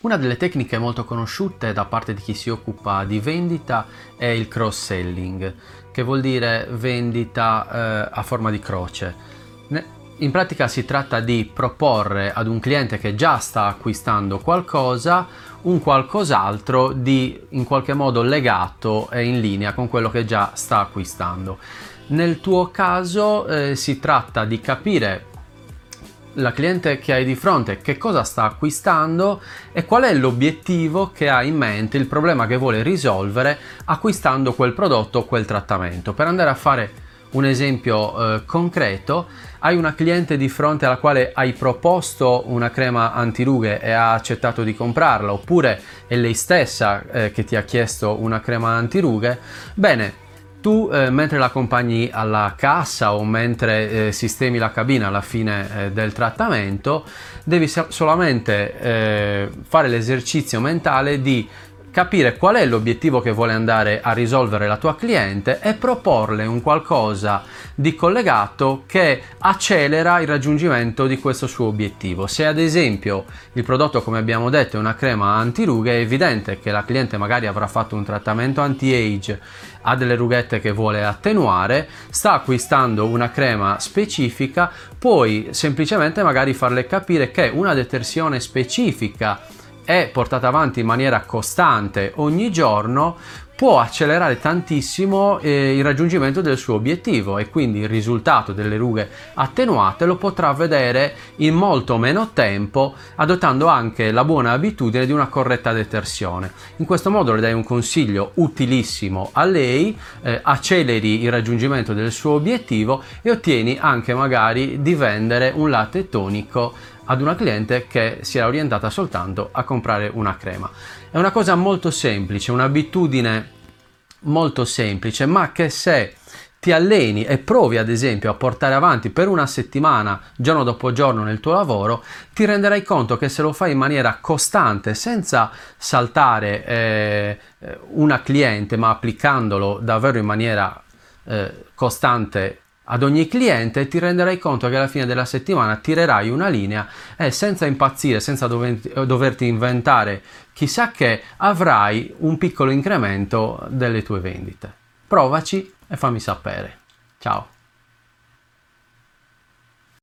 Una delle tecniche molto conosciute da parte di chi si occupa di vendita è il cross-selling, che vuol dire vendita a forma di croce. In pratica si tratta di proporre ad un cliente che già sta acquistando qualcosa, un qualcos'altro di in qualche modo legato e in linea con quello che già sta acquistando. Nel tuo caso si tratta di capire la cliente che hai di fronte che cosa sta acquistando e qual è l'obiettivo che ha in mente, il problema che vuole risolvere acquistando quel prodotto o quel trattamento. Per andare a fare un esempio concreto, hai una cliente di fronte alla quale hai proposto una crema antirughe e ha accettato di comprarla, oppure è lei stessa che ti ha chiesto una crema antirughe. Bene, tu mentre l'accompagni alla cassa o mentre sistemi la cabina alla fine del trattamento, devi solamente fare l'esercizio mentale di capire qual è l'obiettivo che vuole andare a risolvere la tua cliente e proporle un qualcosa di collegato che accelera il raggiungimento di questo suo obiettivo. Se ad esempio il prodotto, come abbiamo detto, è una crema antirughe, è evidente che la cliente magari avrà fatto un trattamento anti-age, ha delle rughette che vuole attenuare, sta acquistando una crema specifica, puoi semplicemente magari farle capire che una detersione specifica è portata avanti in maniera costante ogni giorno può accelerare tantissimo il raggiungimento del suo obiettivo, e quindi il risultato delle rughe attenuate lo potrà vedere in molto meno tempo, adottando anche la buona abitudine di una corretta detersione. In questo modo le dai un consiglio utilissimo a lei, acceleri il raggiungimento del suo obiettivo e ottieni anche magari di vendere un latte tonico ad una cliente che si era orientata soltanto a comprare una crema. È una cosa molto semplice, un'abitudine molto semplice, ma che se ti alleni e provi ad esempio a portare avanti per una settimana, giorno dopo giorno nel tuo lavoro, ti renderai conto che se lo fai in maniera costante, senza saltare una cliente, ma applicandolo davvero in maniera costante ad ogni cliente, ti renderai conto che alla fine della settimana tirerai una linea e senza impazzire, senza doverti inventare chissà che, avrai un piccolo incremento delle tue vendite. Provaci e fammi sapere. Ciao!